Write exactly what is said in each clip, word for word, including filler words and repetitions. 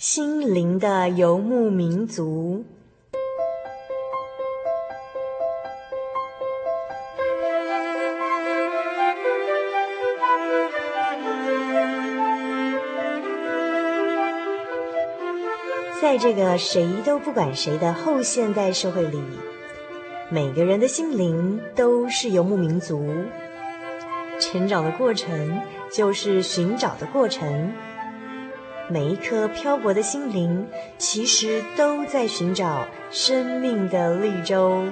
心灵的游牧民族。在这个谁都不管谁的后现代社会里，每个人的心灵都是游牧民族。成长的过程就是寻找的过程，每一颗漂泊的心灵其实都在寻找生命的绿洲。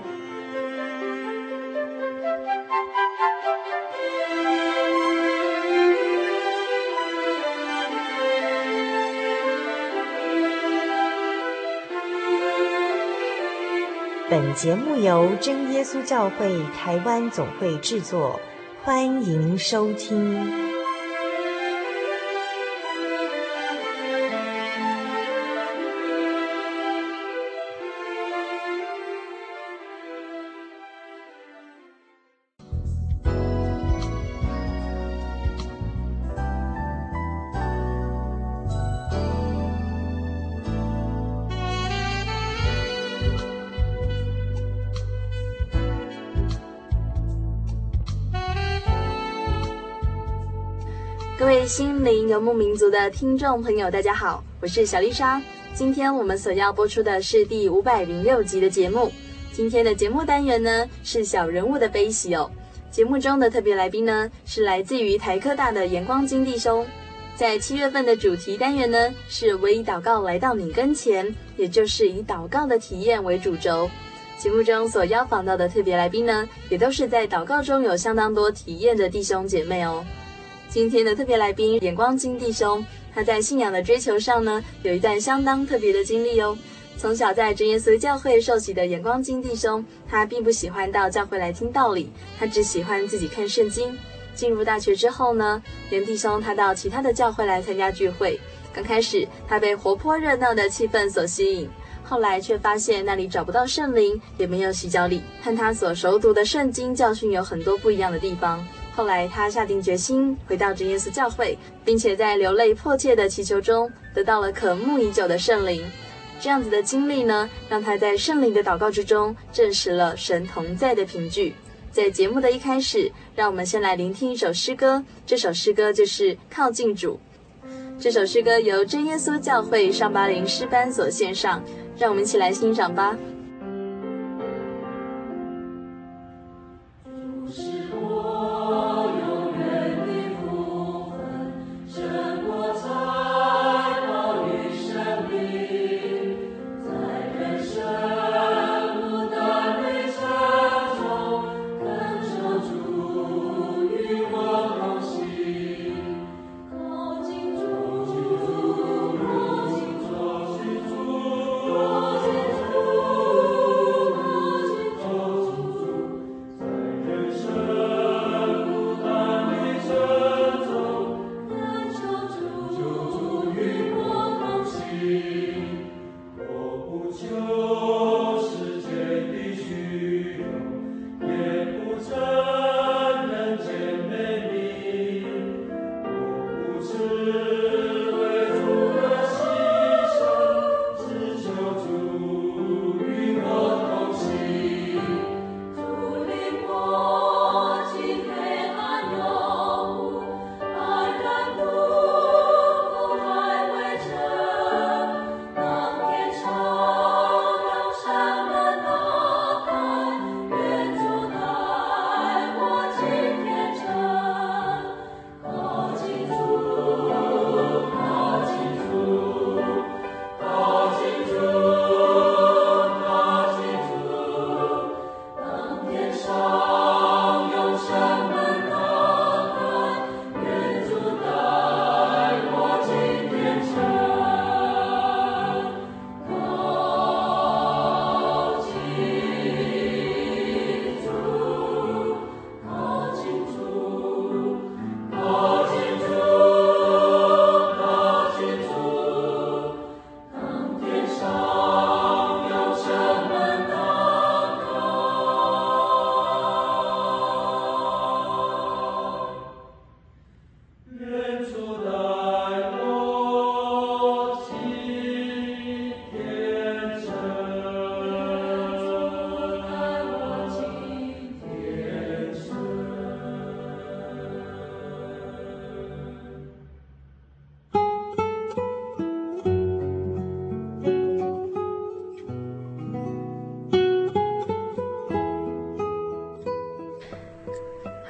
本节目由真耶稣教会台湾总会制作，欢迎收听。 各位心灵游牧民族的听众朋友，大家好，我是小丽莎。今天我们所要播出的是第五百零六集的节目。今天的节目单元呢是小人物的悲喜哦。节目中的特别来宾呢是来自于台科大的颜光金弟兄。在七月份的主题单元呢是唯以祷告来到你跟前，也就是以祷告的体验为主轴。节目中所邀访到的特别来宾呢，也都是在祷告中有相当多体验的弟兄姐妹哦。今天的特别来宾颜光金弟兄，他在信仰的追求上呢，有一段相当特别的经历哦。从小在真耶稣教会受洗的颜光金弟兄，他并不喜欢到教会来听道理，他只喜欢自己看圣经。进入大学之后呢，颜弟兄他到其他的教会来参加聚会。刚开始他被活泼热闹的气氛所吸引，后来却发现那里找不到圣灵，也没有洗脚礼，和他所熟读的圣经教训有很多不一样的地方。后来他下定决心回到真耶稣教会，并且在流泪迫切的祈求中得到了渴慕已久的圣灵。这样子的经历呢，让他在圣灵的祷告之中证实了神同在的凭据。在节目的一开始，让我们先来聆听一首诗歌，这首诗歌就是靠近主。这首诗歌由真耶稣教会上巴林诗班所献上，让我们一起来欣赏吧。 主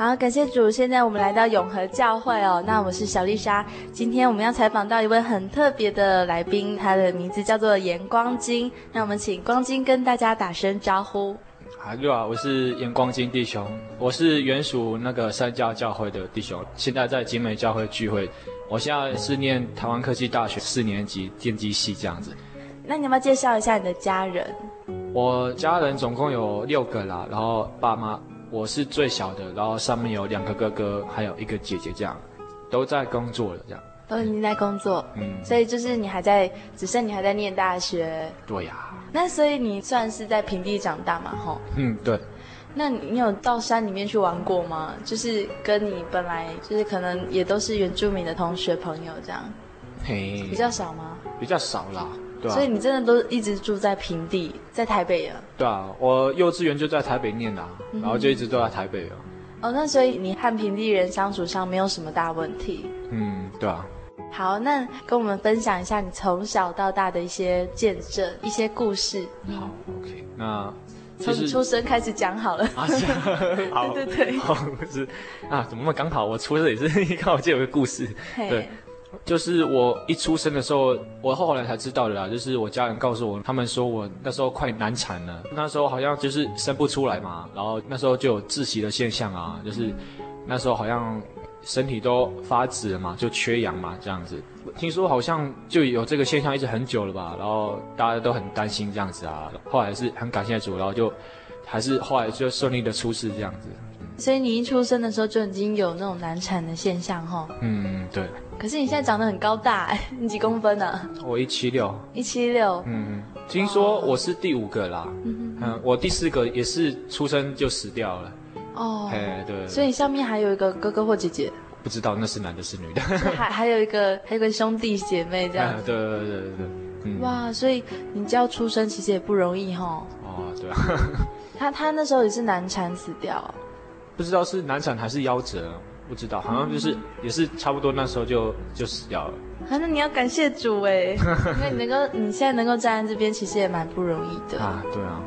好，感谢主。现在我们来到永和教会哦，那我是小丽莎。今天我们要采访到一位很特别的来宾，他的名字叫做严光金。那我们请光金跟大家打声招呼。 啊，对啊，我是严光金弟兄，我是原属那个三家教会的弟兄，现在在景美教会聚会。我现在是念台湾科技大学四年级电机系这样子。 那你要不要介绍一下你的家人？ 我家人总共有六个啦，然后爸妈，我是最小的，然后上面有两个哥哥，还有一个姐姐，这样都在工作了，这样都已经在工作， 嗯， 所以就是你还在，只剩你还在念大学。 对呀、啊。 那所以你算是在平地长大嘛，吼？ 嗯，对。 那你有到山里面去玩过吗？就是跟你本来就是可能也都是原住民的同学朋友这样， 嘿， 比较少吗？ 比较少啦。对啊， 所以你真的都一直住在平地，在台北啊？ 对啊，我幼稚园就在台北念啦、 嗯， 然后就一直都在台北了。 哦，那所以你和平地人相处上没有什么大问题？ 嗯，对啊。 好，那跟我们分享一下你从小到大的一些见证、一些故事。 好 ，OK， 那从你出生开始讲好了。 啊，好， 对对对， 好，是啊，怎么那么刚好？我出生也是刚好就有个故事，对。就是我一出生的时候，我后来才知道的啦。就是我家人告诉我，他们说我那时候快难产了，那时候好像就是生不出来嘛，然后那时候就有窒息的现象啊，就是那时候好像身体都发紫了嘛，就缺氧嘛，这样子。听说好像就有这个现象一直很久了吧，然后大家都很担心这样子啊。后来是很感谢主，然后就还是后来就顺利的出世这样子。 所以你一出生的时候就已经有那种难产的现象齁？ 嗯，对。 可是你现在长得很高大，哎，你几公分啊？ 我一七六。一七六。 嗯，听说我是第五个啦。嗯嗯，我第四个也是出生就死掉了。哦。哎，对。 所以下面还有一个哥哥或姐姐？ 不知道那是男的是女的。 还还有一个还有个兄弟姐妹这样。 对对对对对。 嗯。哇，所以你就要出生其实也不容易齁。 哦，对啊。 他他那时候也是难产死掉。 不知道是难产还是夭折，不知道，好像就是、嗯、也是差不多那时候就就死掉了。 啊，那你要感谢主哎，因为你能够你现在能够站在这边，其实也蛮不容易的啊。对啊。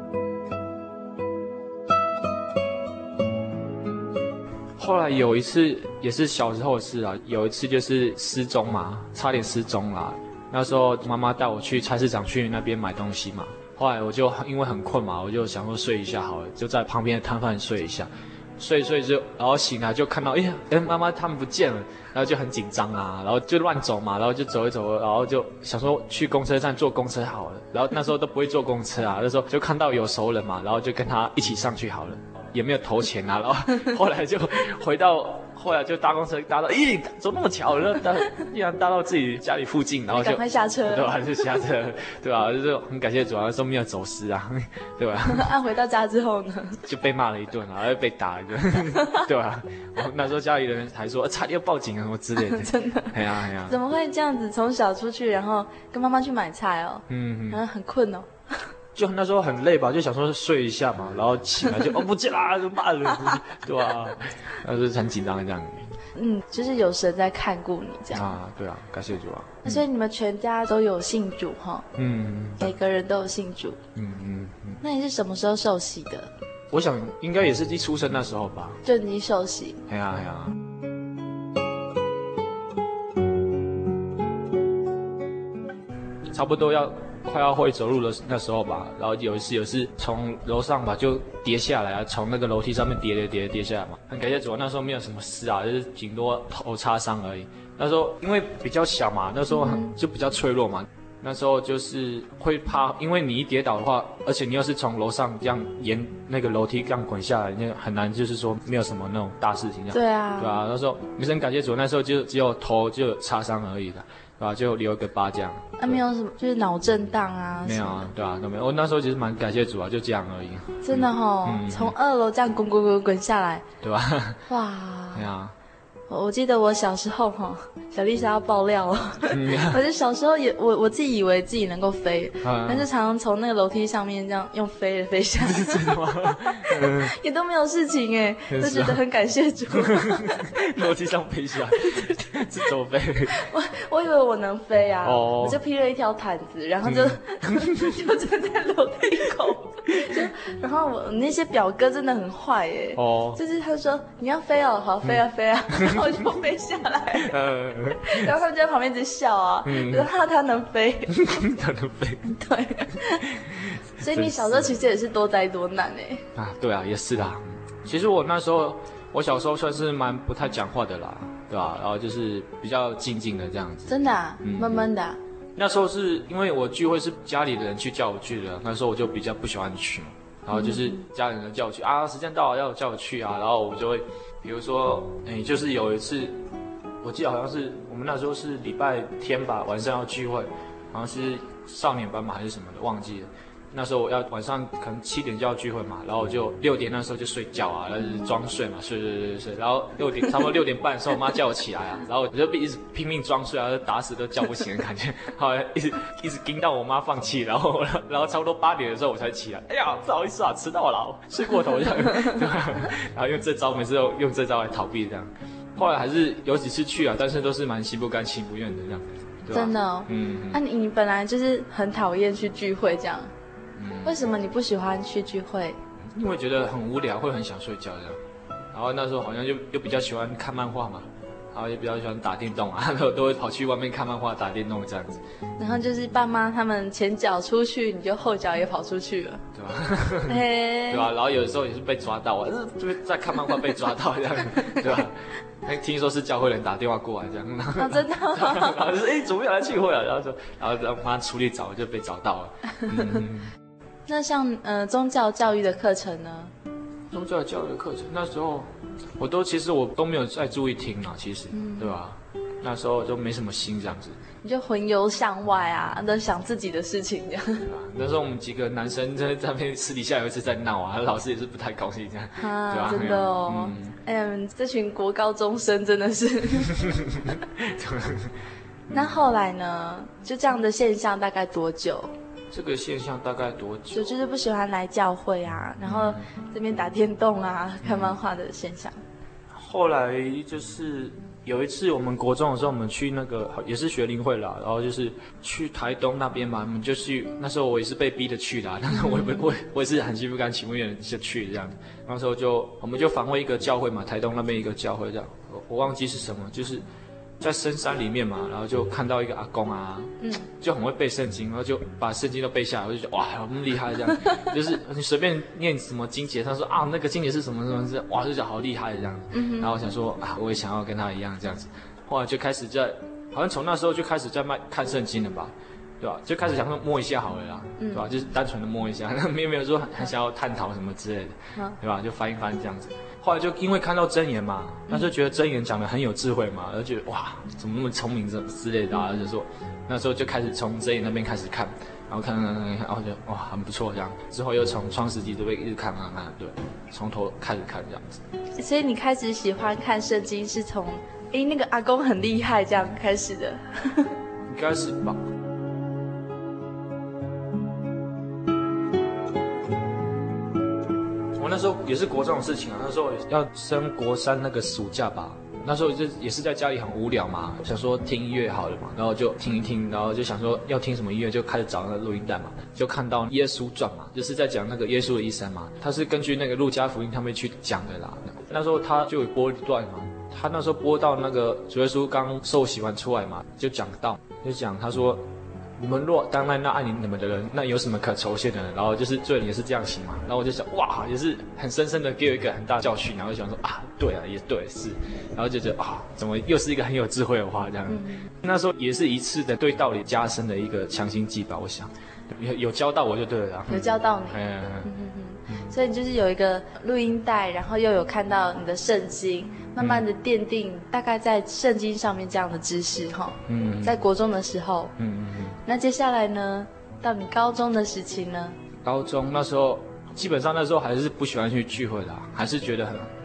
后来有一次也是小时候的事啊，有一次就是失踪嘛，差点失踪啦。那时候妈妈带我去菜市场去那边买东西嘛。后来我就因为很困嘛，我就想说睡一下好了，就在旁边的摊贩睡一下，睡一睡就，然后醒来就看到，哎呀，哎妈妈他们不见了，然后就很紧张啊，然后就乱走嘛，然后就走一走，然后就想说去公车站坐公车好了，然后那时候都不会坐公车啊，那时候就看到有熟人嘛，然后就跟他一起上去好了，也没有投钱啊，然后后来就回到。后来就搭公车搭到，咦，怎么那么巧？然后搭，竟然搭到自己家里附近，然后就赶快下车， 对吧？就下车，对吧？就是很感谢主啊，说没有走失啊，对吧？ 按回到家之后呢， 就被骂了一顿，然后又被打了一顿，对吧？那时候家里人还说、啊、差点要报警啊什么之类的， 真的， 哎呀哎呀， 怎么会这样子？从小出去，然后跟妈妈去买菜哦，嗯，然后很困哦。 就那时候很累吧，就想说睡一下嘛，然后起来就哦不见啦，就骂人，对吧？那是很紧张这样。 嗯，就是有神在看顾你这样啊，对啊，感谢主啊。 那所以你们全家都有信主哈？ 嗯， 每个人都有信主。嗯嗯嗯。那你是什么时候受洗的？ 我想应该也是一出生那时候吧。 就你受洗。 哎呀哎呀。差不多要快要会走路的那时候吧，然后有一次有一次从楼上吧就跌下来啊，从那个楼梯上面跌跌跌跌下来嘛。很感谢主，那时候没有什么事啊，就是顶多头擦伤而已。那时候因为比较小嘛，那时候很、嗯、就比较脆弱嘛。那时候就是会怕，因为你一跌倒的话，而且你又是从楼上这样沿那个楼梯这样滚下来，你很难就是说没有什么那种大事情这样。 对啊， 对啊，那时候没神感谢主，那时候就只有头就有擦伤而已的。对吧、啊？就留一个疤这样。 啊，没有什么，就是脑震荡啊。 没有啊，对啊，都没有。我那时候其实蛮感谢主啊，就这样而已。 真的吼、哦，从、嗯、二楼这样滚滚滚滚下来， 对吧？ 哇！ 对啊。 我我记得我小时候哈，小丽莎要爆料了。嗯、我就小时候也我我自己以为自己能够飞，嗯、但是常常从那个楼梯上面这样用飞的飞下来，真的吗？也都没有事情哎，就觉得很感谢主。 楼梯上飞下来，是怎么飞？ 我我以为我能飞啊， 哦、 我就披了一条毯子，然后就、嗯、就站在楼梯口。就然后我那些表哥真的很坏耶，哦，就是他说你要飞哦，好飞啊飞啊，然后我就飞下来，嗯，然后他们就在旁边一直笑啊，嗯，然后他能飞， 他能飞， 对，所以你小时候其实也是多灾多难哎， 啊，对啊，也是啦。其实我那时候，我小时候算是蛮不太讲话的啦，对吧？然后就是比较静静的这样子， 真的啊，嗯、闷闷的、啊。 那时候是因为我聚会是家里的人去叫我去的，那时候我就比较不喜欢去，然后就是家里人叫我去啊，时间到了要叫我去啊，然后我就会，比如说，哎，就是有一次，我记得好像是我们那时候是礼拜天吧，晚上要聚会，好像是少年班嘛还是什么的，忘记了。那时候我要晚上可能七点就要聚会嘛，然后我就六点那时候就睡觉啊，然后就是装睡嘛，睡睡睡睡，然后六点差不多六点半的时候，我妈叫我起来啊，然后我就一直拼命装睡啊，就打死都叫不醒的感觉，后来一直一直盯到我妈放弃，然后然后差不多八点的时候我才起来，哎呀不好意思啊，迟到了，睡过头这样，然后用这招每次都用这招来逃避这样，后来还是有几次去啊，但是都是蛮心不甘情不愿的这样， 真的哦，嗯，那、啊、你你本来就是很讨厌去聚会这样。为什么你不喜欢去聚会？ 因为觉得很无聊，会很想睡觉这样。然后那时候好像就又比较喜欢看漫画嘛，然后也比较喜欢打电动啊，然后都会跑去外面看漫画、打电动这样子。 然后就是爸妈他们前脚出去，你就后脚也跑出去了， 对吧？对吧？然后有的时候也是被抓到啊，就是在看漫画被抓到这样，对吧？听说是教会人打电话过来这样， 啊，真的、哦， 然后就是哎，准备要来聚会了，然后说，然后让他出力找，就被找到了。嗯那像呃宗教教育的课程呢？ 宗教教育的课程那时候，我都其实我都没有在注意听啊，其实，嗯、对吧？那时候就没什么心这样子。 你就魂游向外啊，都想自己的事情这样。 那时候我们几个男生在在那边私底下有一次在闹啊，老师也是不太高兴这样， 啊、 对吧？ 真的哦，哎呀、嗯，这群国高中生真的是。那后来呢？就这样的现象大概多久？ 这个现象大概多久？ 就就是不喜欢来教会啊，然后这边打电动啊、嗯、看漫画的现象。 后来就是有一次我们国中的时候，我们去那个也是学灵会啦，然后就是去台东那边嘛，我们就去。那时候我也是被逼的去的、啊，但是我也我我也是很心不甘情不愿的就去这样。那时候就我们就访问一个教会嘛，台东那边一个教会这样，我我忘记是什么，就是在深山里面嘛，然后就看到一个阿公啊，嗯，就很会背圣经，然后就把圣经都背下来，我就觉得哇，很厉害这样，就是你随便念什么经节，他说啊那个经节是什么什么是，哇就觉得好厉害这样，嗯，然后我想说啊我也想要跟他一样这样子，后来就开始在，好像从那时候就开始在卖看圣经了吧，对吧？就开始想说摸一下好了啦，嗯、对吧？就是单纯的摸一下，没有没有说很想要探讨什么之类的，嗯、对吧？就翻一翻这样子。后来就因为看到箴言嘛，那就觉得箴言讲的很有智慧嘛，而且哇，怎么那么聪明这之类的啊，就说那时候就开始从箴言那边开始看，然后看看看看，然后就哇很不错这样。之后又从创世纪这边一直看看看，对，从头开始看这样子。 所以你开始喜欢看圣经是从哎那个阿公很厉害这样开始的？ 应该是吧。我那时候也是国中的事情啊，那时候要升国三那个暑假吧，那时候就也是在家里很无聊嘛，想说听音乐好了嘛，然后就听一听，然后就想说要听什么音乐，就开始找那个录音带嘛，就看到耶稣传嘛，就是在讲那个耶稣的一生嘛，他是根据那个路加福音他们去讲的啦。那时候他就有播一段嘛，他那时候播到那个主耶稣刚受洗完出来嘛，就讲到就讲他说。你们若当然那爱你们的人，那有什么可酬谢的呢？然后就是罪人也是这样行嘛。然后我就想，哇，也是很深深的给我一个很大的教训。然后就想说啊，对啊，也对是。然后就觉得啊，怎么又是一个很有智慧的话这样。嗯、那时候也是一次的对道理加深的一个强心剂吧，我想有有教到我就对了。 有教到你。嗯嗯嗯嗯。所以你就是有一个录音带，然后又有看到你的圣经，慢慢的奠定大概在圣经上面这样的知识哈。嗯。在国中的时候。嗯嗯嗯。那接下来呢？到你高中的时期呢？ 高中那时候，基本上那时候还是不喜欢去聚会的、啊，还是觉得很，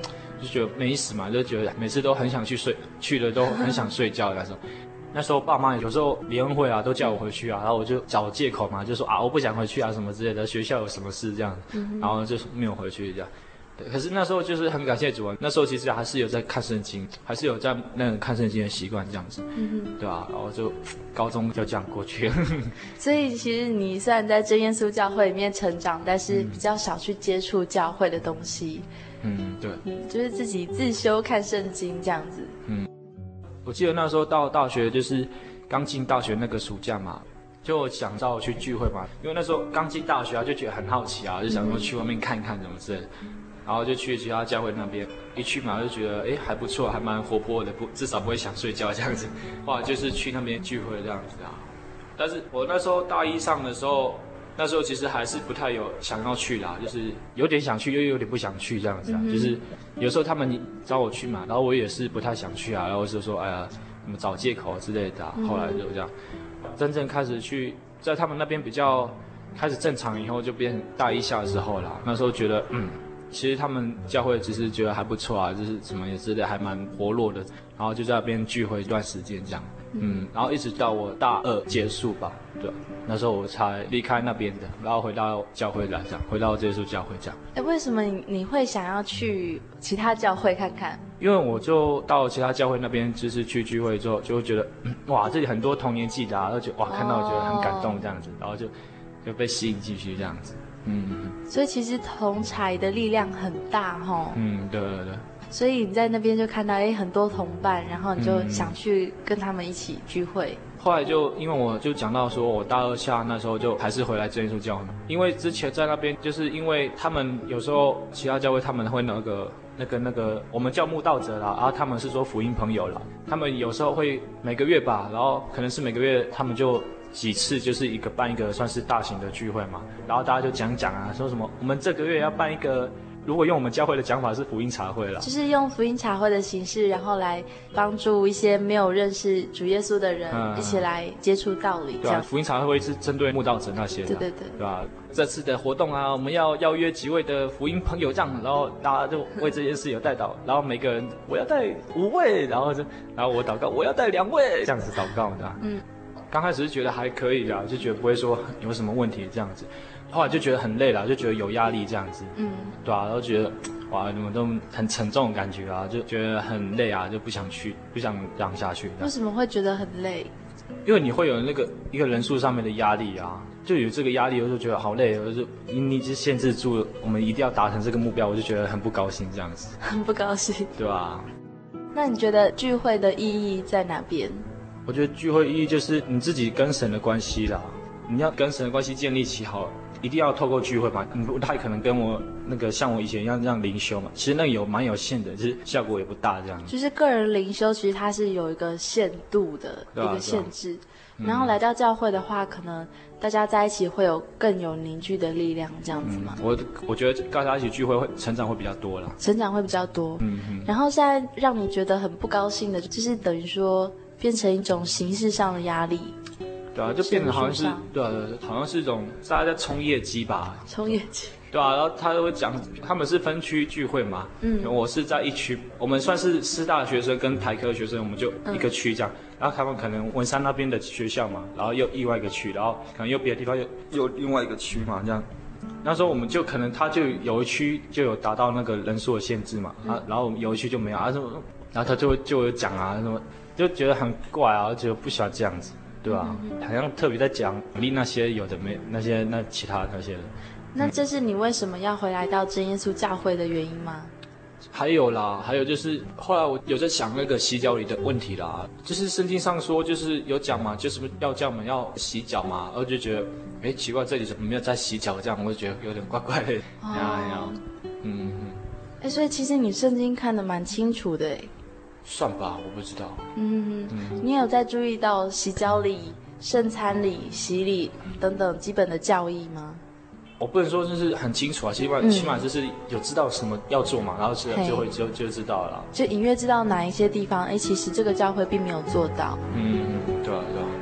就觉得没死嘛，就觉得每次都很想去睡，去了都很想睡觉那时候。那时候爸妈有时候联欢会啊都叫我回去啊，然后我就找借口嘛，就说啊我不想回去啊什么之类的，学校有什么事这样，然后就没有回去这样。对，可是那时候就是很感谢主啊，那时候其实还是有在看圣经，还是有在那个看圣经的习惯这样子，嗯、对吧、啊？然后就高中就这样过去了。 所以其实你虽然在真耶稣教会里面成长，但是比较少去接触教会的东西。 嗯，对， 嗯，就是自己自修看圣经这样子。 嗯。我记得那时候到大学，就是刚进大学那个暑假嘛，就想到去聚会嘛，因为那时候刚进大学啊，就觉得很好奇啊，就想说去外面看看什么之类的，然后就去其他教会那边，一去嘛就觉得哎还不错，还蛮活泼的，不至少不会想睡觉这样子。后来就是去那边聚会这样子啊，但是我那时候大一上的时候，那时候其实还是不太有想要去啦，就是有点想去又有点不想去这样子啊，嗯、就是有时候他们找我去嘛，然后我也是不太想去啊，然后就说哎呀，什么找借口之类的、啊，后来就这样，真正开始去在他们那边比较开始正常以后，就变大一下的时候啦，那时候觉得嗯。其实他们教会只是觉得还不错啊，就是什么也之类还蛮活络的，然后就在那边聚会一段时间这样，嗯，然后一直到我大二结束吧，对，那时候我才离开那边的，然后回到教会来这样，回到耶稣教会这样。 哎，为什么你你会想要去其他教会看看？ 因为我就到其他教会那边，就是去聚会之后，就会觉得、嗯、哇，这里很多同年纪的啊，然后就哇看到我觉得很感动这样子，然后就就被吸引进去这样子。嗯， 所以其实同侪的力量很大齁。 嗯，对对对。 所以你在那边就看到哎很多同伴，然后你就想去跟他们一起聚会。 嗯、后来就因为我就讲到说，我大二下那时候就还是回来真耶稣教会，因为之前在那边就是因为他们有时候其他教会他们会那个那个那个我们叫慕道者啦，然后他们是说福音朋友啦，他们有时候会每个月吧，然后可能是每个月他们就。几次就是一个办一个算是大型的聚会嘛，然后大家就讲讲啊，说什么我们这个月要办一个，如果用我们教会的讲法是福音茶会啦， 就是用福音茶会的形式，然后来帮助一些没有认识主耶稣的人、嗯、一起来接触道理。 对啊，福音茶会是针对慕道者那些的， 对对对， 对吧？这次的活动啊，我们要邀约几位的福音朋友这样，然后大家就为这件事有带祷，然后每个人我要带五位，然后就然后我祷告我要带两位，这样子祷告的，嗯。刚开始是觉得还可以啦，就觉得不会说有什么问题这样子，后来就觉得很累啦，就觉得有压力这样子，嗯，对啊，然后觉得哇，你们都很沉重的感觉啊，就觉得很累啊，就不想去，不想让下去。 为什么会觉得很累？ 因为你会有那个一个人数上面的压力啊，就有这个压力，我就觉得好累，我就你一直限制住我们一定要达成这个目标，我就觉得很不高兴这样子， 很不高兴， 对吧？ 那你觉得聚会的意义在哪边？ 我觉得聚会意义就是你自己跟神的关系啦，你要跟神的关系建立起好，一定要透过聚会嘛，你不太可能跟我那个像我以前一样这样灵修嘛，其实那个有蛮有限的，就是效果也不大这样。 就是个人灵修，其实它是有一个限度的一个限制，啊啊、然后来到教会的话，可能大家在一起会有更有凝聚的力量，这样子嘛。 嗯、我我觉得大家一起聚会会成长会比较多啦， 成长会比较多。嗯嗯。然后现在让你觉得很不高兴的，就是等于说。变成一种形式上的压力， 对啊，就变得好像是，对啊，好像是一种大家在冲业绩吧， 冲业绩， 对啊，然后他都会讲，他们是分区聚会嘛，嗯，我是在一区，我们算是师大的学生跟台科的学生，我们就一个区这样，嗯、然后他们可能文山那边的学校嘛，然后又另外一个区，然后可能又别的地方又又另外一个区嘛，这样，那时候我们就可能他就有一区就有达到那个人数的限制嘛，嗯、啊，然后有一区就没有，啊什么，然后他就就有讲啊什么。就觉得很怪啊，觉得不喜欢这样子，对吧、啊？嗯、好像特别在讲鼓励那些有的没那些那其他那些人。 那这是你为什么要回来到真耶稣教会的原因吗？ 还有啦，还有就是后来我有在想那个洗脚礼的问题啦，就是圣经上说就是有讲嘛，就是要叫我们要洗脚嘛，然后就觉得哎奇怪，这里怎么没有在洗脚这样，我就觉得有点怪怪的。哦、呀呀，嗯嗯。 哎，所以其实你圣经看得蛮清楚的哎。 算吧，我不知道。 嗯嗯，你有在注意到洗脚礼、圣餐礼、洗礼等等基本的教义吗？ 我不能说就是很清楚啊，起码、嗯、起码就是有知道什么要做嘛，然后就就会就就知道了。 就隐约知道哪一些地方，哎，其实这个教会并没有做到。 嗯，对啊，对啊。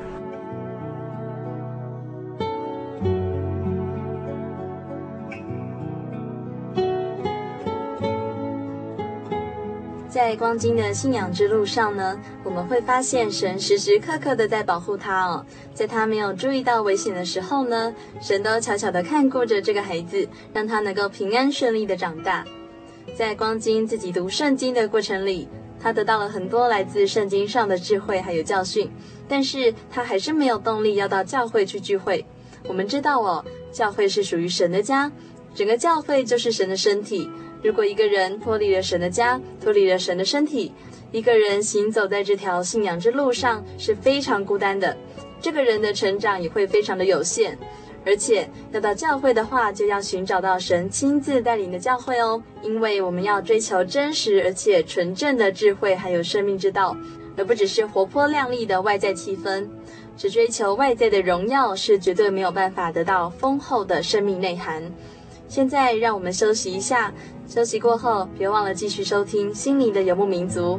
在光金的信仰之路上呢，我们会发现神时时刻刻的在保护他哦。在他没有注意到危险的时候呢，神都悄悄的看顾着这个孩子，让他能够平安顺利的长大。在光金自己读圣经的过程里，他得到了很多来自圣经上的智慧还有教训，但是他还是没有动力要到教会去聚会。我们知道哦，教会是属于神的家，整个教会就是神的身体。如果一个人脱离了神的家，脱离了神的身体，一个人行走在这条信仰之路上是非常孤单的，这个人的成长也会非常的有限。而且要到教会的话，就要寻找到神亲自带领的教会哦，因为我们要追求真实而且纯正的智慧还有生命之道，而不只是活泼亮丽的外在气氛。只追求外在的荣耀是绝对没有办法得到丰厚的生命内涵。现在让我们休息一下，休息过后别忘了继续收听心灵的游牧民族。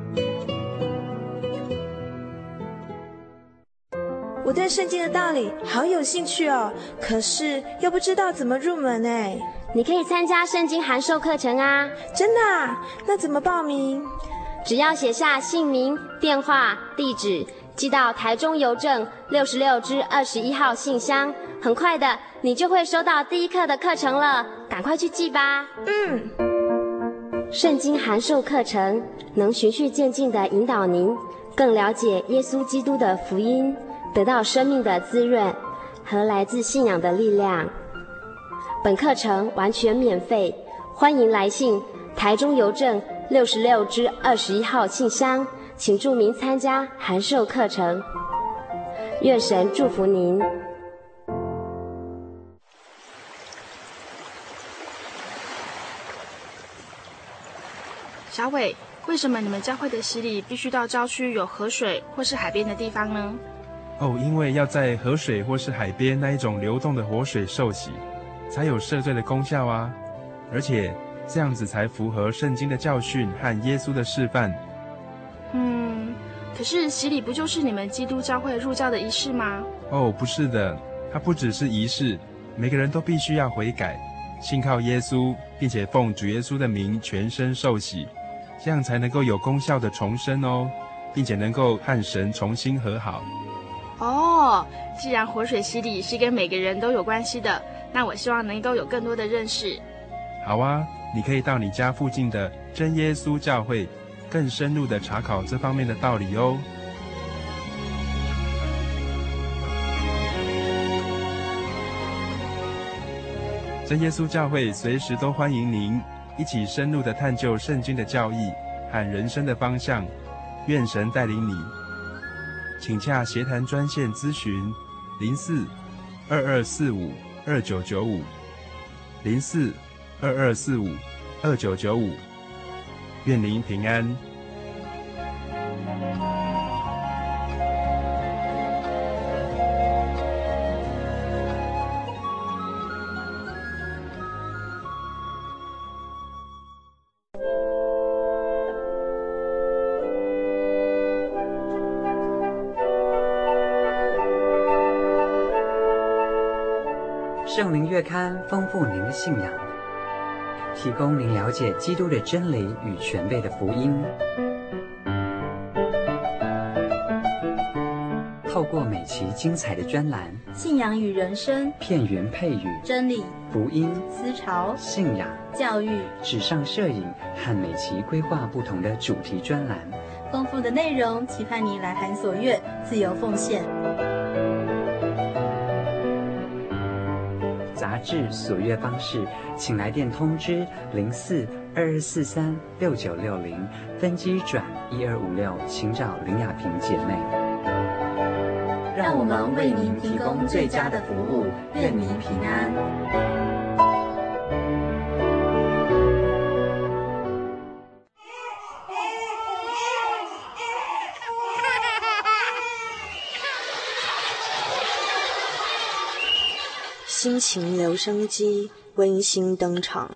我对圣经的道理好有兴趣哦，可是又不知道怎么入门哎。 你可以参加圣经函授课程啊。 真的啊？那怎么报名？ 只要写下姓名、电话、地址，寄到台中邮政六十六支二十一号信箱，很快的你就会收到第一课的课程了，赶快去寄吧。 嗯。 圣经函授课程能循序渐进地引导您更了解耶稣基督的福音，得到生命的滋润和来自信仰的力量。本课程完全免费，欢迎来信台中邮政六十六支二十一号信箱，请注明参加函授课程。愿神祝福您。 小伟，为什么你们教会的洗礼必须到郊区有河水或是海边的地方呢？ 哦，因为要在河水或是海边那一种流动的活水受洗，才有赦罪的功效啊！而且这样子才符合圣经的教训和耶稣的示范。 嗯，可是洗礼不就是你们基督教会入教的仪式吗？ 哦，不是的，它不只是仪式，每个人都必须要悔改，信靠耶稣，并且奉主耶稣的名全身受洗，这样才能够有功效的重生哦，并且能够和神重新和好。 哦，既然活水洗礼是跟每个人都有关系的，那我希望能够有更多的认识。 好啊，你可以到你家附近的真耶稣教会，更深入的查考这方面的道理哦。真耶稣教会随时都欢迎您一起深入的探究圣经的教义和人生的方向，愿神带领你。请洽协谈专线咨询零四二二四五二九九五零四二二四五二九九五，愿您平安。 圣灵月刊丰富您的信仰，提供您了解基督的真理与全备的福音。透过每期精彩的专栏， 信仰与人生， 片源配语， 真理， 福音， 思潮， 信仰， 教育， 时尚摄影和每期规划不同的主题专栏， 丰富的内容，期盼你来函所阅，自由奉献。 杂志所阅方式，请来电通知零四二二四三六九六零，分机转一二五六，请找林雅萍姐妹。 让我们为您提供最佳的服务，愿您平安。 心情留声机温馨登场。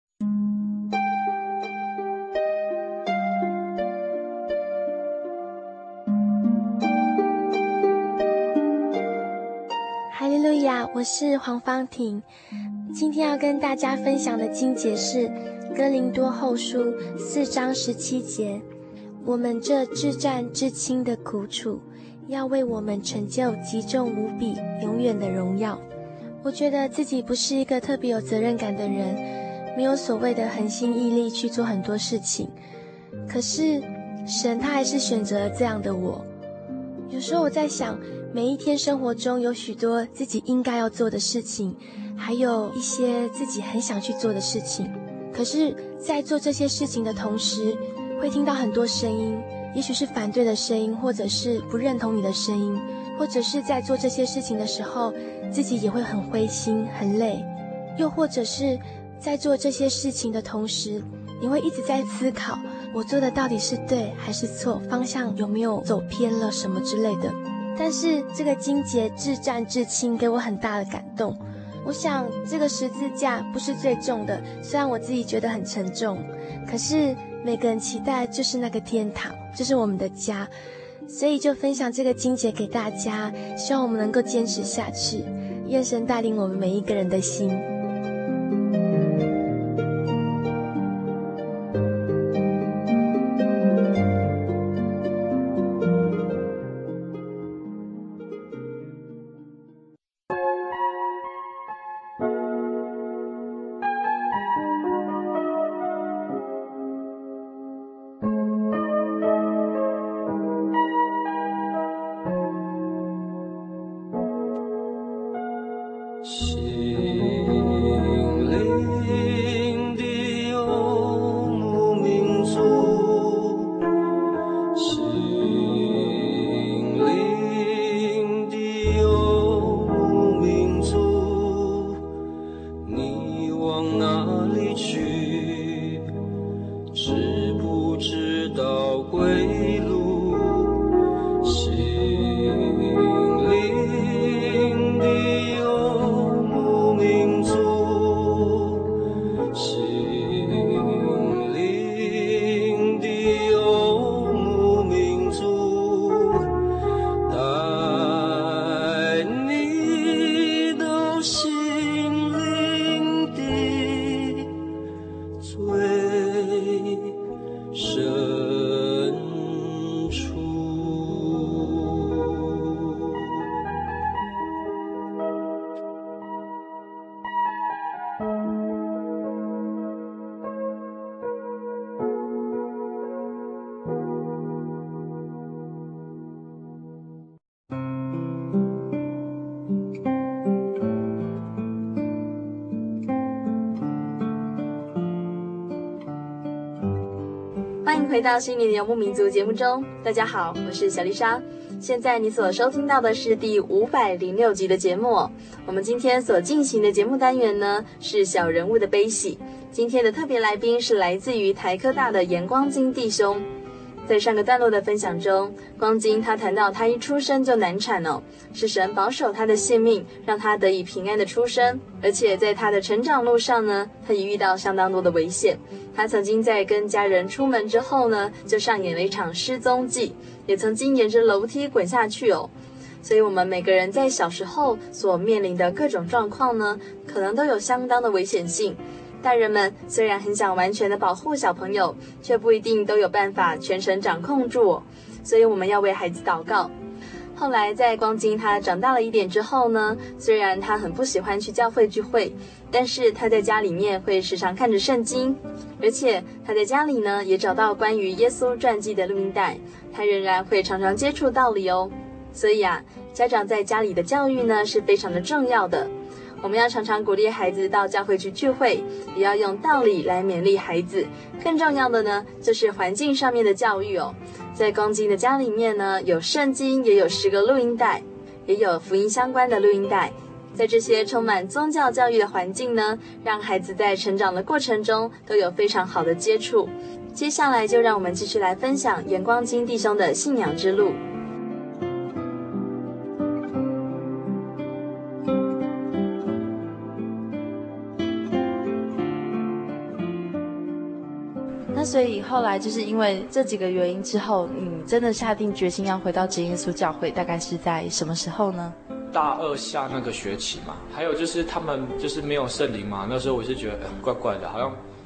哈利路亚，我是黄芳婷，今天要跟大家分享的经节是哥林多后书四章十七节，我们这至战至轻的苦楚，要为我们成就极重无比、永远的荣耀。我觉得自己不是一个特别有责任感的人，没有所谓的恒心毅力去做很多事情。可是神他还是选择了这样的我。有时候我在想，每一天生活中有许多自己应该要做的事情，还有一些自己很想去做的事情。可是在做这些事情的同时，会听到很多声音，也许是反对的声音，或者是不认同你的声音，或者是在做这些事情的时候，自己也会很灰心很累，又或者是在做这些事情的同时，你会一直在思考，我做的到底是对还是错，方向有没有走偏了什么之类的。但是这个经节至战至轻给我很大的感动。我想这个十字架不是最重的，虽然我自己觉得很沉重，可是每个人期待就是那个天堂，就是我们的家。所以就分享这个经节给大家，希望我们能够坚持下去，愿神带领我们每一个人的心。 欢迎回到心灵的游牧民族节目中，大家好，我是小丽莎。现在你所收听到的是第五百零六集的节目。我们今天所进行的节目单元呢，是小人物的悲喜。今天的特别来宾是来自于台科大的严光金弟兄。在上个段落的分享中，光金他谈到他一出生就难产哦，是神保守他的性命，让他得以平安的出生。而且在他的成长路上呢，他也遇到相当多的危险。他曾经在跟家人出门之后呢，就上演了一场失踪记，也曾经沿着楼梯滚下去哦。所以我们每个人在小时候所面临的各种状况呢，可能都有相当的危险性。大人们虽然很想完全的保护小朋友，却不一定都有办法全程掌控住哦，所以我们要为孩子祷告。后来在光金他长大了一点之后呢，虽然他很不喜欢去教会聚会，但是他在家里面会时常看着圣经，而且他在家里呢也找到关于耶稣传记的录音带，他仍然会常常接触道理哦。所以啊，家长在家里的教育呢是非常的重要的。我们要常常鼓励孩子到教会去聚会，也要用道理来勉励孩子。更重要的呢，就是环境上面的教育哦。在光金的家里面呢，有圣经，也有十个录音带，也有福音相关的录音带。在这些充满宗教教育的环境呢，让孩子在成长的过程中都有非常好的接触。接下来就让我们继续来分享严光金弟兄的信仰之路。 那所以后来就是因为这几个原因之后，你真的下定决心要回到真耶稣教会，大概是在什么时候呢？ 大二下那个学期嘛，还有就是他们就是没有圣灵嘛，那时候我是觉得、呃、怪怪的，好像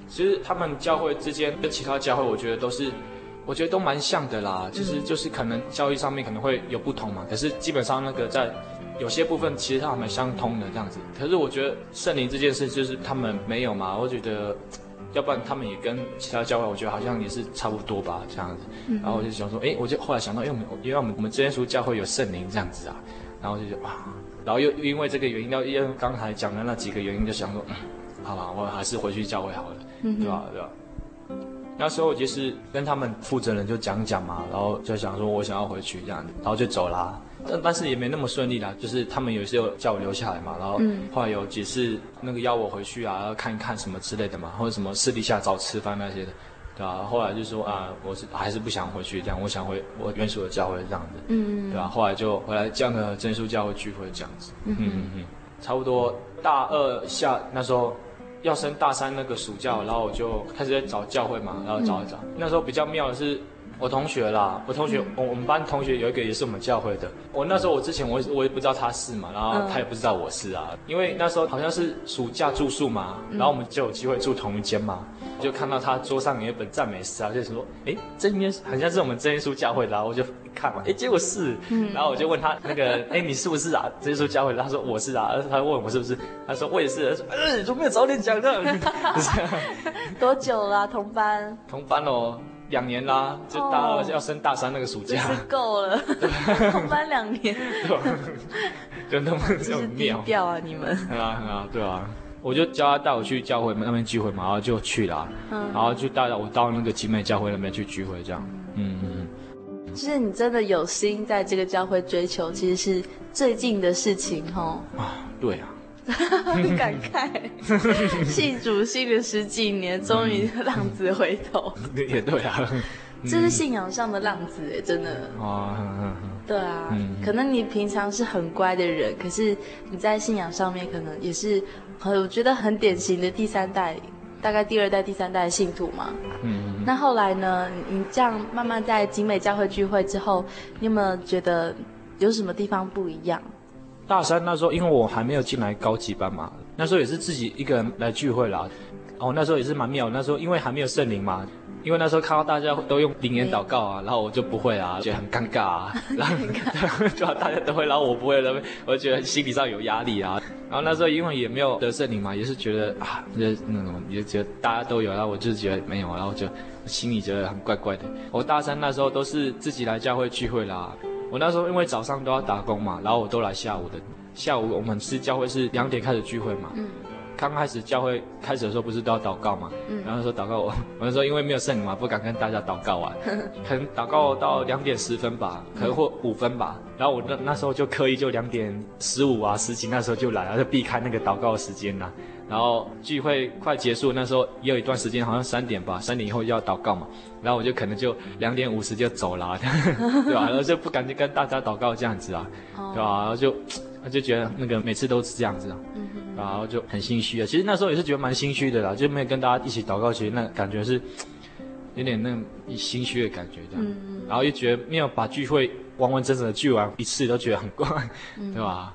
其实他们教会之间跟其他教会，我觉得都是，我觉得都蛮像的啦。就是就是可能教育上面可能会有不同嘛，可是基本上那个在有些部分其实他们相通的这样子。可是我觉得圣灵这件事就是他们没有嘛，我觉得。要不然他们也跟其他教会，我觉得好像也是差不多吧，这样子。嗯、然后我就想说，哎，我就后来想到，因为我们因为我们我们真耶稣教会有圣灵这样子啊，然后就觉得哇，然后又因为这个原因，要因为刚才讲的那几个原因，就想说，嗯，好吧，我还是回去教会好了，嗯、对吧？对吧？那时候就是跟他们负责人就讲讲嘛，然后就想说我想要回去这样子，然后就走啦。但但是也没那么顺利啦，就是他们有时候叫我留下来嘛，然后后来有几次那个邀我回去啊，要看一看什么之类的嘛，或者什么私底下找吃饭那些的，对吧？后来就说啊，我是还是不想回去这样，我想回我原属的教会这样子，嗯，对吧？后来就回来这样的真耶稣教会聚会这样子，嗯嗯嗯，差不多大二下那时候要升大三那个暑假，然后我就开始在找教会嘛，然后找一找，那时候比较妙的是。我同学啦，我同学，我我们班同学有一个也是我们教会的。我那时候我之前我我也不知道他是嘛，然后他也不知道我是啊，因为那时候好像是暑假住宿嘛，然后我们就有机会住同一间嘛，就看到他桌上有一本赞美诗啊，就说，哎，这边好像是我们真耶稣教会的，然后我就看嘛，哎，结果是，然后我就问他那个，哎，你是不是啊？真耶稣教会的？他说我是啊，他问我是不是？他说我也是。他说，呃，你怎么没有早点讲呢？ 多久啦？同班？ 同班哦。两年啦，就大二、oh, 要升大三那个暑假， 是够了，同班两年， 就那么这么妙，低调啊你们， 很啊很啊，对啊，我就叫他带我去教会那边聚会嘛，然后就去了，嗯、然后就带我到那个集美教会那边去聚会，这样，嗯嗯， 就是你真的有心在这个教会追求，其实是最近的事情齁。 啊，对啊。 感慨，信主信了十几年，终于浪子回头。 也对啊， 这是信仰上的浪子哎，真的。 哦， 对啊，嗯、可能你平常是很乖的人，可是你在信仰上面可能也是很，我觉得很典型的第三代，大概第二代、第三代的信徒嘛。嗯。那后来呢？你这样慢慢在景美教会聚会之后，你有没有觉得有什么地方不一样？ 大三那时候，因为我还没有进来高级班嘛，那时候也是自己一个人来聚会啦。哦，那时候也是蛮妙的。那时候因为还没有圣灵嘛，因为那时候看到大家都用灵言祷告啊，然后我就不会啊，觉得很尴尬啊。然后就大家都会，然后我不会，然后我就觉得心理上有压力啊。然后那时候因为也没有得圣灵嘛，也是觉得啊，就那种也觉得大家都有，然后我就觉得没有，然后就心里觉得很怪怪的。我大三那时候都是自己来教会聚会啦。我那时候因为早上都要打工嘛，然后我都来下午的。下午我们是教会是两点开始聚会嘛。嗯。刚开始教会开始的时候不是都要祷告嘛？嗯。然后说祷告我，我那时候因为没有圣灵嘛，不敢跟大家祷告啊。可能祷告到两点十分吧，可能或五分吧。然后我那那时候就刻意就两点十五啊十几那时候就来，然后就避开那个祷告的时间呐、啊。然后聚会快结束，那时候也有一段时间，好像三点吧，三点以后要祷告嘛。然后我就可能就两点五十就走了，对吧？然后就不敢去跟大家祷告这样子啊，对吧？然后就我就觉得那个每次都是这样子啊，然后就很心虚啊。其实那时候也是觉得蛮心虚的啦，就没有跟大家一起祷告，其实那感觉是有点那种心虚的感觉这样。然后又觉得没有把聚会完完整整的聚完一次，都觉得很怪，对吧？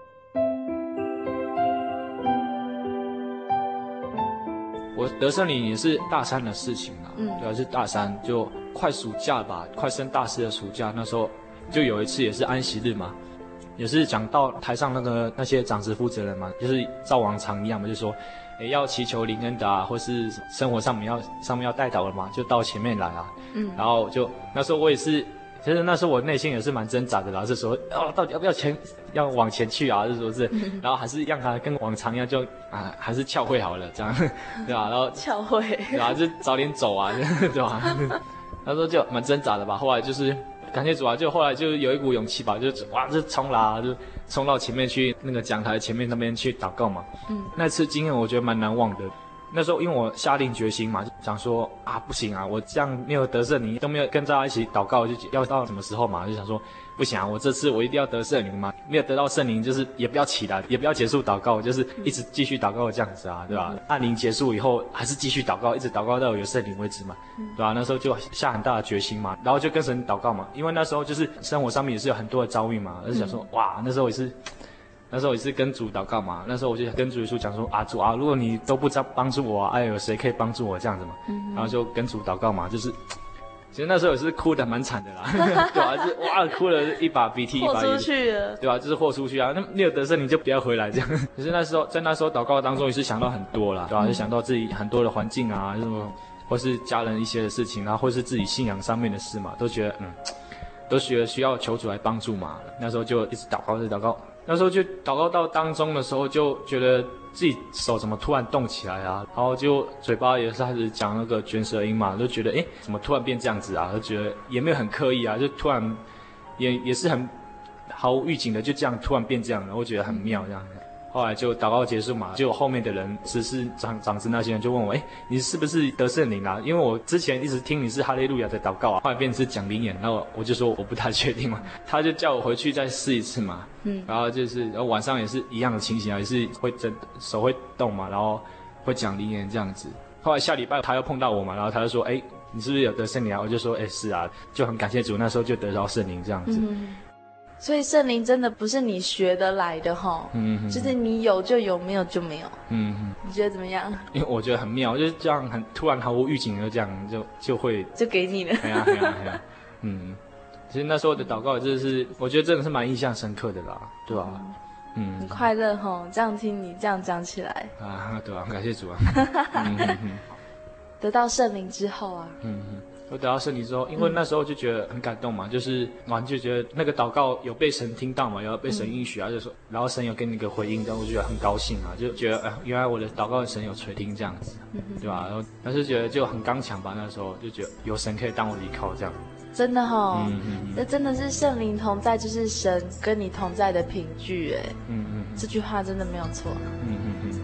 我得圣灵也是大三的事情啦，嗯，对啊，是大三，就快暑假吧，快升大四的暑假，那时候就有一次也是安息日嘛，也是讲到台上那个那些长职负责人嘛，就是照往常一样嘛，就说，诶要祈求灵恩的啊，或是生活上面要上面要带导的嘛，就到前面来啊，嗯，然后就那时候我也是。其实那时候我内心也是蛮挣扎的啦，是说哦，到底要不要前要往前去啊？是说是，然后还是让他跟往常一样就啊，还是翘会好了这样，对吧？然后翘会， 对吧？就早点走啊，对吧？那时候就蛮挣扎的吧。后来就是感谢主啊，就后来就有一股勇气吧，就哇就冲啦，就冲到前面去那个讲台前面那边去祷告嘛。嗯，那次经验我觉得蛮难忘的。那时候因为我下定决心嘛，想说啊不行啊，我这样没有得圣灵，都没有跟大家一起祷告，就要到什么时候嘛？就想说不行啊，我这次我一定要得圣灵嘛，没有得到圣灵就是也不要起来，也不要结束祷告，就是一直继续祷告这样子啊，对吧？按灵结束以后还是继续祷告，一直祷告到有圣灵为止嘛，对吧？那时候就下很大的决心嘛，然后就跟神祷告嘛，因为那时候就是生活上面也是有很多的遭遇嘛，而是想说哇，那时候也是那时候也是跟主祷告嘛，那时候我就跟主耶稣讲说啊，主啊，如果你都不帮助我啊，哎，有谁可以帮助我这样子嘛？嗯、然后就跟主祷告嘛，就是，其实那时候也是哭得蛮惨的啦，对吧、啊？就是哇，哭了一把鼻涕一把眼泪， 豁出去了， 对吧、啊？就是豁出去啊，那没有得胜你就不要回来这样。可是那时候在那时候祷告当中也是想到很多啦，对吧、啊？就想到自己很多的环境啊，什么或是家人一些的事情，然后或是自己信仰上面的事嘛，都觉得嗯。都觉得需要求主来帮助嘛，那时候就一直祷告，一直祷告。那时候就祷告到当中的时候，就觉得自己手怎么突然动起来啊，然后就嘴巴也是开始讲那个卷舌音嘛，就觉得诶怎么突然变这样子啊？就觉得也没有很刻意啊，就突然也也是很毫无预警的就这样突然变这样，然后我觉得很妙这样。后来就祷告结束嘛，就后面的人执事长长子那些人就问我，哎，你是不是得圣灵啊？因为我之前一直听你是哈利路亚的祷告啊，后来变成是讲灵言，然后我就说我不太确定嘛，他就叫我回去再试一次嘛，嗯，然后就是然后晚上也是一样的情形啊，也是会真手会动嘛，然后会讲灵言这样子。后来下礼拜他又碰到我嘛，然后他就说，哎，你是不是有得圣灵啊？我就说，哎，是啊，就很感谢主，那时候就得到圣灵这样子。嗯， 所以圣灵真的不是你学得来的齁，嗯嗯，就是你有就有，没有就没有，嗯嗯，你觉得怎么样？ 因为我觉得很妙，就是这样很突然毫无预警的这样就就会就给你了， 哎呀哎呀哎呀，嗯，其实那时候的祷告真的是，我觉得真的是蛮印象深刻的啦，对吧、啊？嗯， 很快乐齁，这样听你这样讲起来啊，对啊，感谢主啊，嗯嗯嗯， 得到圣灵之后啊， 嗯嗯。我得到圣灵之后，因为那时候就觉得很感动嘛，就是完就觉得那个祷告有被神听到嘛，有被神应许啊，就说，然后神有给你一个回应，然后我就觉得很高兴啊，就觉得哎、呃，原来我的祷告神有垂听这样子，对吧？然后但是觉得就很刚强吧，那时候就觉得有神可以当我依靠这样。 真的齁， 嗯嗯， 这真的是圣灵同在，就是神跟你同在的凭据，哎，嗯嗯，这句话真的没有错，嗯嗯嗯。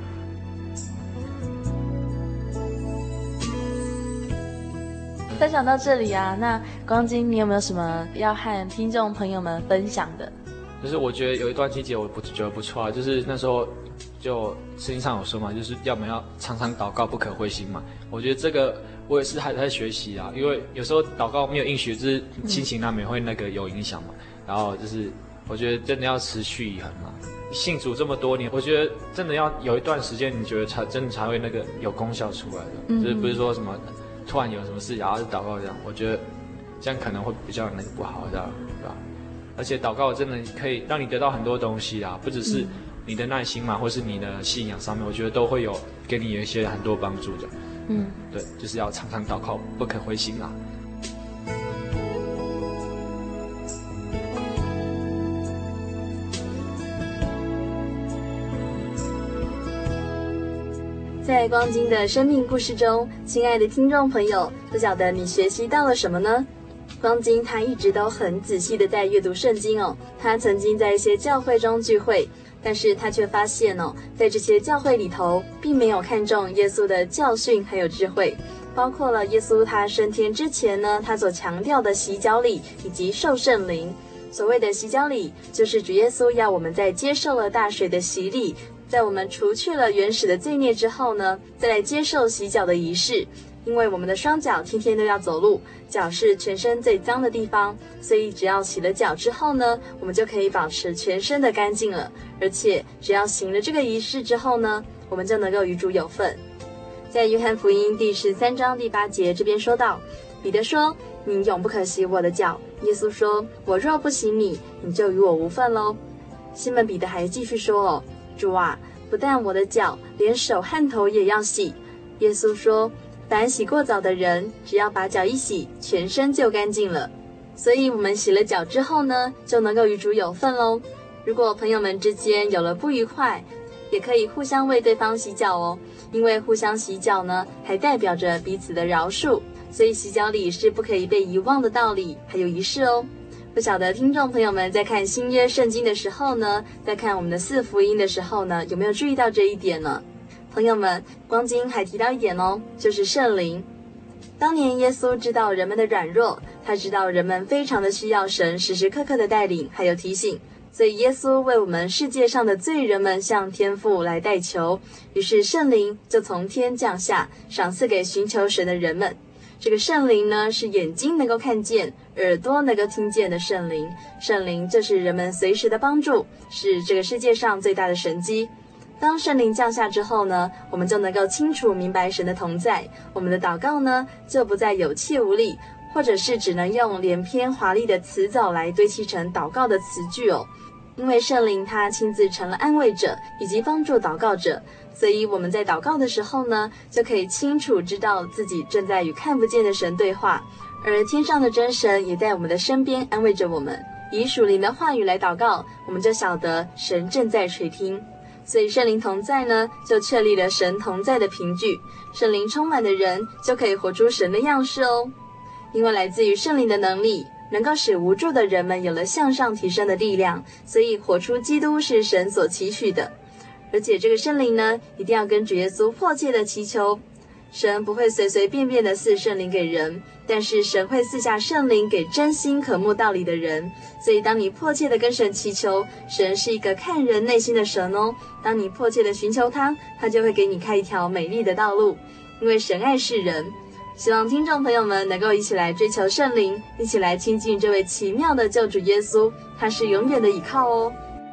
分享到这里啊，那光金你有没有什么要和听众朋友们分享的？ 就是我觉得有一段情节我不觉得不错啊，就是那时候就圣经上有说嘛，就是要我们要常常祷告，不可灰心嘛。我觉得这个我也是还在学习啊，因为有时候祷告没有应许，就是心情难免会那个有影响嘛。然后就是我觉得真的要持续以恒嘛。信主这么多年，我觉得真的要有一段时间，你觉得才真的才会那个有功效出来的，嗯、就是不是说什么。突然有什么事，然后就祷告这样，我觉得这样可能会比较那个不好，这样对吧？而且祷告真的可以让你得到很多东西啦，不只是你的耐心嘛，或是你的信仰上面，我觉得都会有给你有一些很多帮助的。嗯，对，就是要常常祷告，不可灰心啦。 在光金的生命故事中，亲爱的听众朋友，不晓得你学习到了什么呢？光金他一直都很仔细的在阅读圣经哦。他曾经在一些教会中聚会，但是他却发现哦，在这些教会里头，并没有看重耶稣的教训还有智慧，包括了耶稣他升天之前呢，他所强调的洗脚礼以及受圣灵。所谓的洗脚礼，就是主耶稣要我们在接受了大水的洗礼，在我们除去了原始的罪孽之后呢，再来接受洗脚的仪式。因为我们的双脚天天都要走路，脚是全身最脏的地方，所以只要洗了脚之后呢，我们就可以保持全身的干净了。而且只要行了这个仪式之后呢，我们就能够与主有份。在约翰福音第十三章第八节这边说到，彼得说：“你永不可洗我的脚。”耶稣说：“我若不洗你，你就与我无份喽。”西门彼得还继续说：“哦，主啊，不但我的脚，连手和头也要洗。”耶稣说：“凡洗过澡的人，只要把脚一洗，全身就干净了。”所以我们洗了脚之后呢，就能够与主有份喽。如果朋友们之间有了不愉快，也可以互相为对方洗脚哦，因为互相洗脚呢，还代表着彼此的饶恕。所以洗脚礼是不可以被遗忘的道理，还有仪式哦。不晓得听众朋友们在看新约圣经的时候呢，在看我们的四福音的时候呢，有没有注意到这一点呢？朋友们，光金还提到一点哦，就是圣灵。当年耶稣知道人们的软弱，他知道人们非常的需要神时时刻刻的带领还有提醒，所以耶稣为我们世界上的罪人们向天父来代求，于是圣灵就从天降下，赏赐给寻求神的人们。 这个圣灵呢，是眼睛能够看见，耳朵能够听见的圣灵。圣灵就是人们随时的帮助，是这个世界上最大的神迹。当圣灵降下之后呢，我们就能够清楚明白神的同在，我们的祷告呢，就不再有气无力，或者是只能用连篇华丽的词藻来堆砌成祷告的词句哦。因为圣灵他亲自成了安慰者以及帮助祷告者，所以我们在祷告的时候呢，就可以清楚知道自己正在与看不见的神对话，而天上的真神也在我们的身边安慰着我们。以属灵的话语来祷告，我们就晓得神正在垂听。所以圣灵同在呢，就确立了神同在的凭据。圣灵充满的人就可以活出神的样式哦。因为来自于圣灵的能力，能够使无助的人们有了向上提升的力量，所以活出基督是神所期许的。而且这个圣灵呢，一定要跟主耶稣迫切的祈求。神不会随随便便的赐圣灵给人，但是神会赐下圣灵给真心渴慕道理的人。所以当你迫切的跟神祈求，神是一个看人内心的神哦。当你迫切的寻求他，他就会给你开一条美丽的道路，因为神爱世人。希望听众朋友们能够一起来追求圣灵，一起来亲近这位奇妙的救主耶稣，他是永远的依靠哦。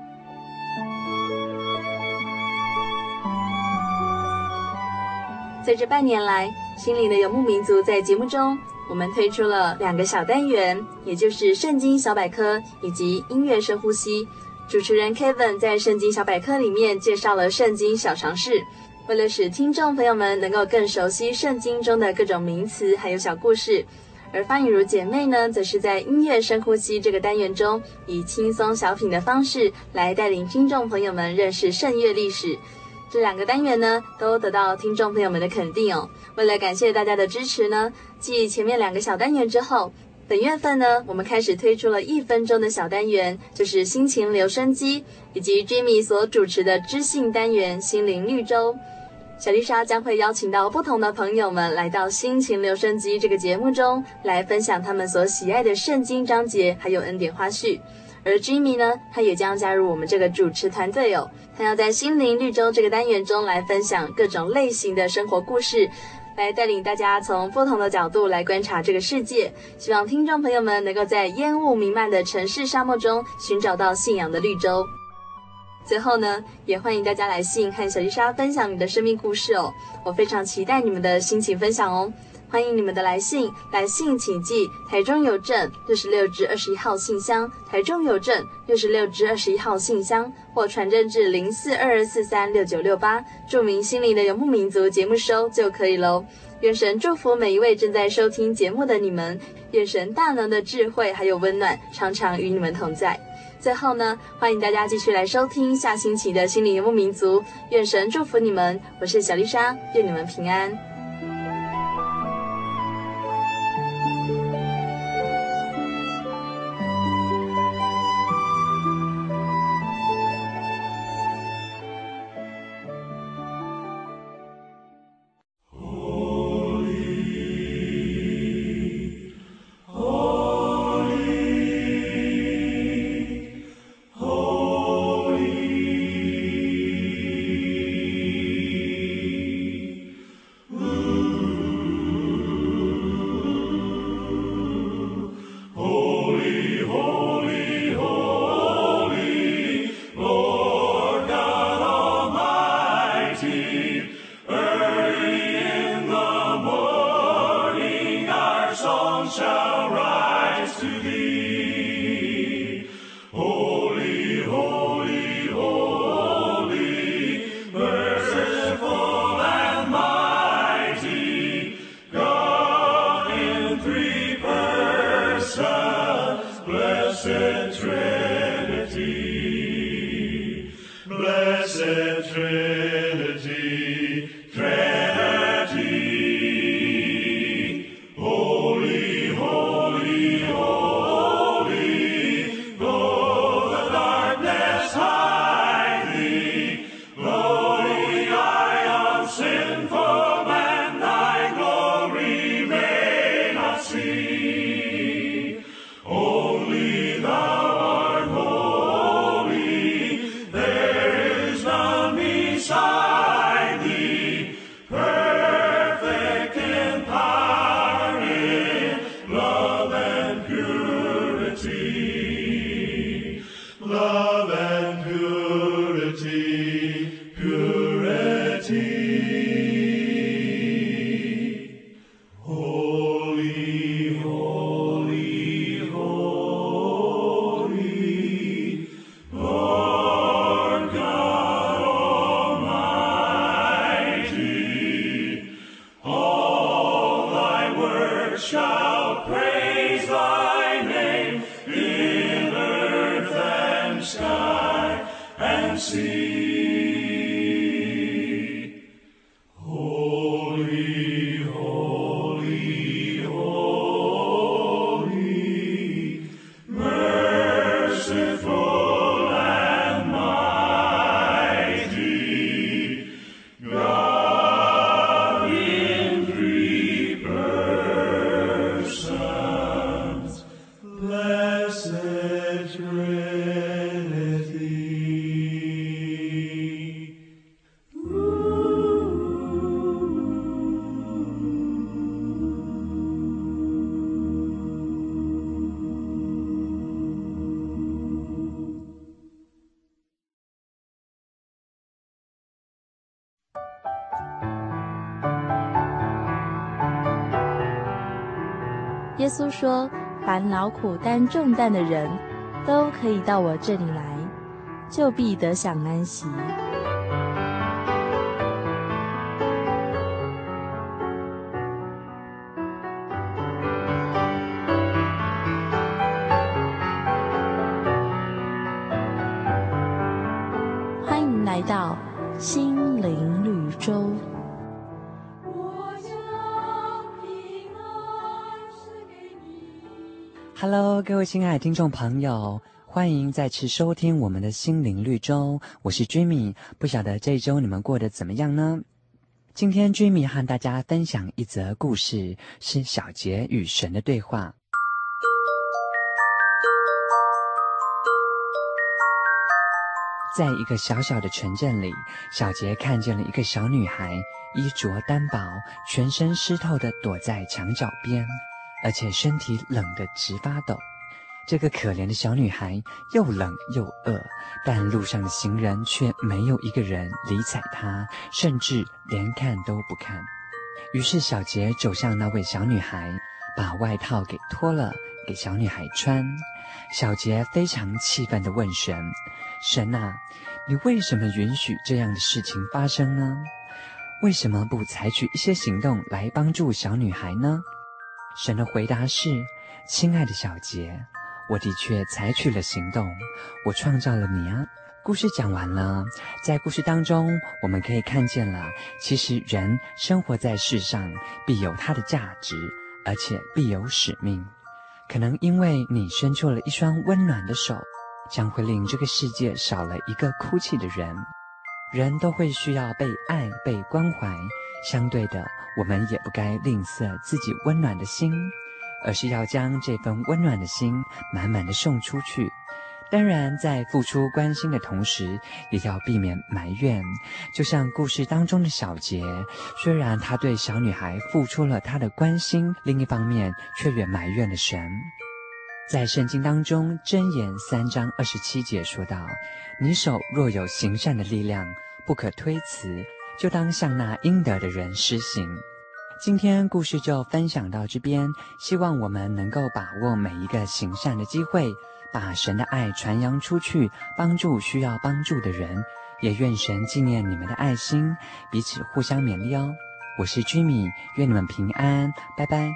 在这半年来，心灵的游牧民族在节目中，我们推出了两个小单元，也就是圣经小百科以及音乐深呼吸。主持人 Kevin 在圣经小百科里面介绍了圣经小常识，为了使听众朋友们能够更熟悉圣经中的各种名词还有小故事，而方雨茹姐妹呢，则是在音乐深呼吸这个单元中，以轻松小品的方式来带领听众朋友们认识圣乐历史。这两个单元呢，都得到听众朋友们的肯定哦。为了感谢大家的支持呢，继前面两个小单元之后，本月份呢，我们开始推出了一分钟的小单元，就是心情留声机，以及 Jimmy 所主持的知性单元心灵绿洲。小丽莎将会邀请到不同的朋友们来到心情留声机这个节目中，来分享他们所喜爱的圣经章节还有恩典花絮。而 Jimmy 呢，他也将加入我们这个主持团队哦。他要在心灵绿洲这个单元中来分享各种类型的生活故事，来带领大家从不同的角度来观察这个世界。希望听众朋友们能够在烟雾弥漫的城市沙漠中寻找到信仰的绿洲。最后呢，也欢迎大家来信和小丽莎分享你的生命故事哦，我非常期待你们的心情分享哦。欢迎你们的来信，来信请寄台中邮政六十六至二十一号信箱，台中邮政六十六至二十一号信箱，或传真至零四二二四三六九六八，注明心灵的游牧民族节目收就可以喽。愿神祝福每一位正在收听节目的你们，愿神大能的智慧还有温暖常常与你们同在。最后呢，欢迎大家继续来收听下星期的心灵游牧民族，愿神祝福你们，我是小丽莎，愿你们平安。 Beside 耶稣说：凡劳苦担重担的人，都可以到我这里来，就必得享安息。欢迎来到心灵绿洲。 Hello， 各位亲爱的听众朋友，欢迎再次收听我们的心灵绿洲，我是 Jimmy。不晓得这一周你们过得怎么样呢？今天 Jimmy 和大家分享一则故事，是小杰与神的对话。在一个小小的城镇里，小杰看见了一个小女孩，衣着单薄，全身湿透的躲在墙角边，而且身体冷得直发抖。这个可怜的小女孩又冷又饿，但路上的行人却没有一个人理睬她，甚至连看都不看。于是小杰走向那位小女孩，把外套给脱了，给小女孩穿。小杰非常气愤地问神：神啊，你为什么允许这样的事情发生呢？为什么不采取一些行动来帮助小女孩呢？神的回答是：亲爱的小杰，我的确采取了行动，我创造了你啊。故事讲完了，在故事当中我们可以看见了，其实人生活在世上必有他的价值，而且必有使命。可能因为你伸出了一双温暖的手，将会令这个世界少了一个哭泣的人。人都会需要被爱，被关怀，相对的，我们也不该吝啬自己温暖的心，而是要将这份温暖的心满满的送出去。当然，在付出关心的同时，也要避免埋怨。就像故事当中的小杰，虽然他对小女孩付出了他的关心，另一方面却也埋怨了神。在圣经当中，箴言三章二十七节说道：你手若有行善的力量，不可推辞，就当向那应得的人施行。今天故事就分享到这边，希望我们能够把握每一个行善的机会，把神的爱传扬出去，帮助需要帮助的人。也愿神纪念你们的爱心，彼此互相勉励哦。我是 Jimmy， 愿你们平安，拜拜。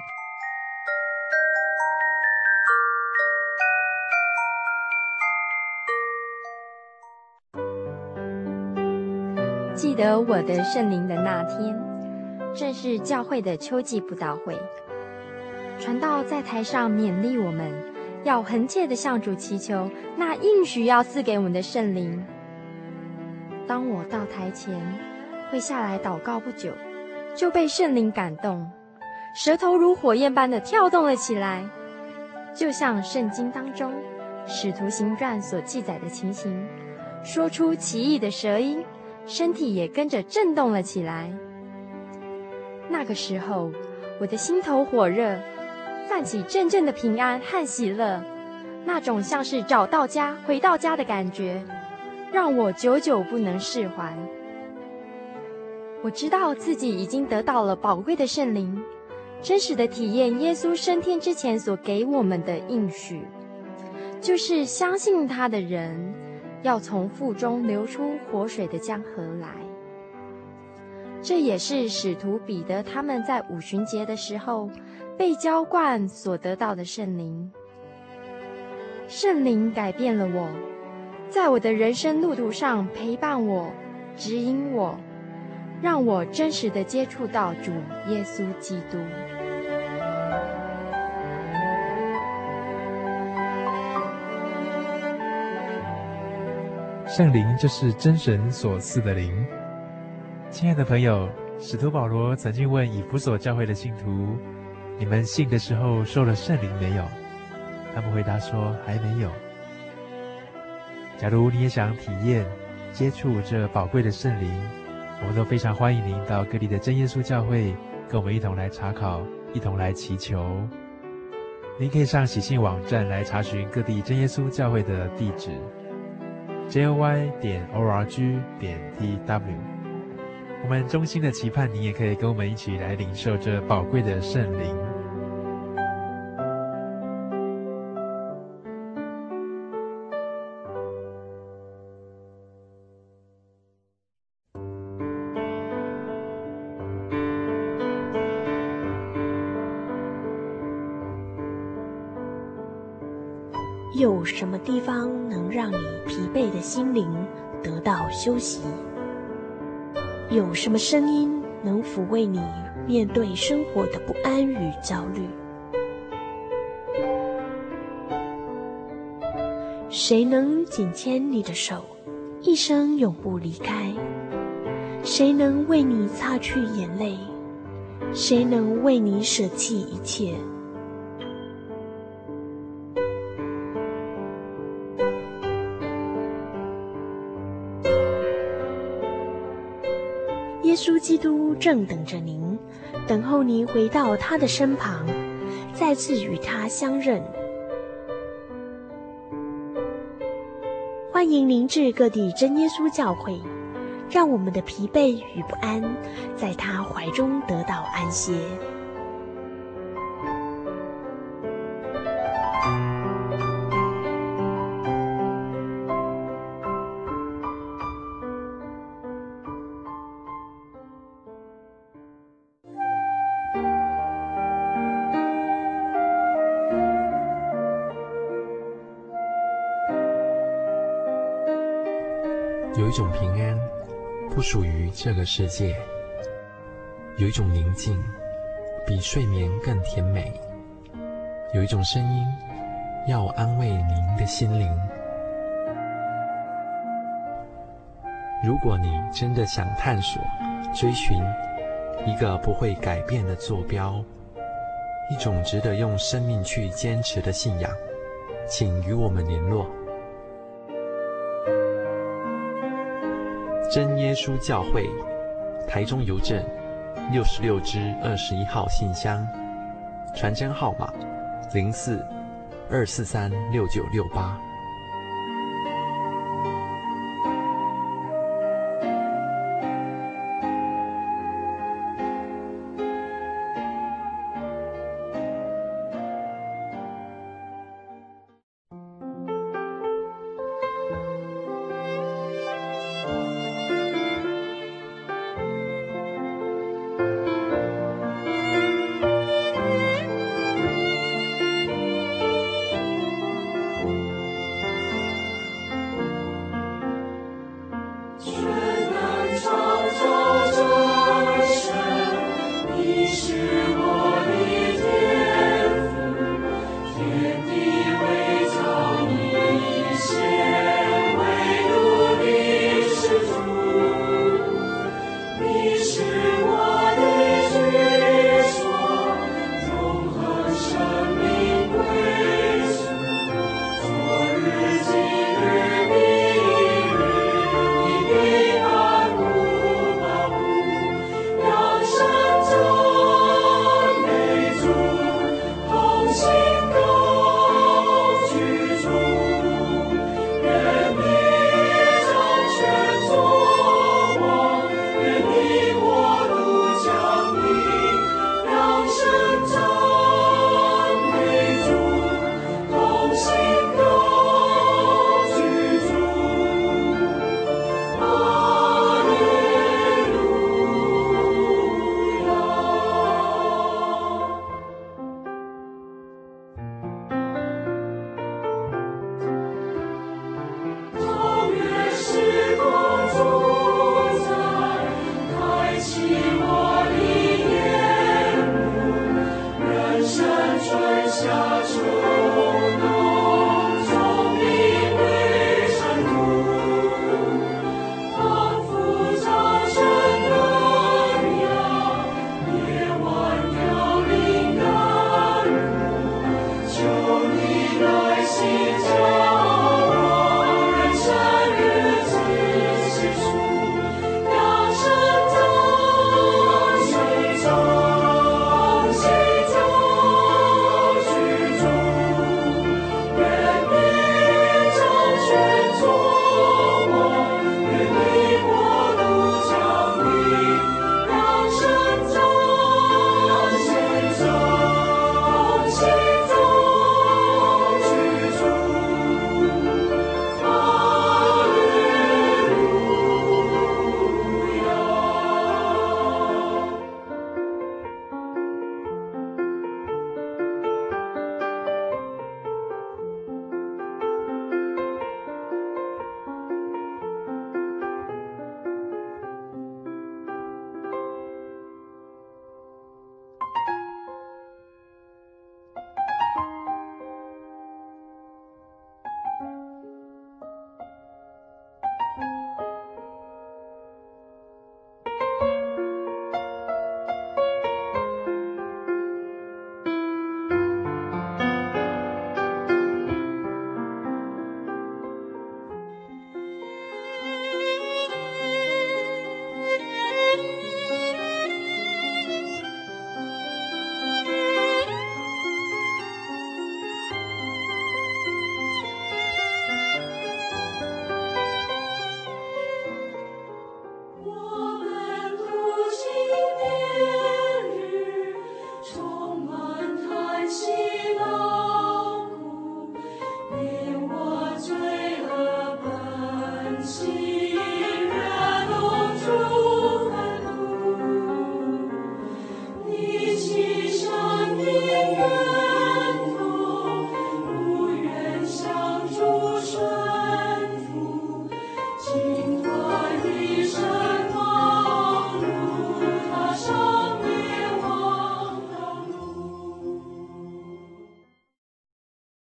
记得我的圣灵的那天，正是教会的秋季布道会。传道在台上勉励我们，要恳切地向主祈求那应许要赐给我们的圣灵。当我到台前跪下来祷告不久，就被圣灵感动，舌头如火焰般的跳动了起来，就像圣经当中使徒行传所记载的情形，说出奇异的舌音，身体也跟着震动了起来。那个时候，我的心头火热，泛起阵阵的平安和喜乐，那种像是找到家、回到家的感觉，让我久久不能释怀。我知道自己已经得到了宝贵的圣灵，真实的体验耶稣升天之前所给我们的应许，就是相信他的人要从腹中流出活水的江河来。这也是使徒彼得他们在五旬节的时候被浇灌所得到的圣灵。圣灵改变了我， 在我的人生路途上陪伴我、指引我，让我真实的接触到主耶稣基督。 圣灵就是真神所赐的灵。亲爱的朋友，使徒保罗曾经问以弗所教会的信徒，你们信的时候受了圣灵没有？他们回答说还没有。假如你也想体验接触这宝贵的圣灵，我们都非常欢迎您到各地的真耶稣教会跟我们一同来查考，一同来祈求。您可以上喜信网站来查询各地真耶稣教会的地址 j o y 点 o r g 点 t w。 我们衷心的期盼您也可以跟我们一起来领受这宝贵的圣灵。 有什么地方能让你疲惫的心灵得到休息？有什么声音能抚慰你面对生活的不安与焦虑？谁能紧牵你的手，一生永不离开？谁能为你擦去眼泪？谁能为你舍弃一切？耶稣基督正等着您，等候您回到他的身旁，再次与他相认。欢迎您至各地真耶稣教会，让我们的疲惫与不安在他怀中得到安歇。 有一种平安不属于这个世界，有一种宁静比睡眠更甜美，有一种声音要安慰您的心灵。如果你真的想探索追寻一个不会改变的坐标，一种值得用生命去坚持的信仰，请与我们联络。真耶稣教会，台中邮政六十六支二十一号信箱，传真号码零四二四三六九六八。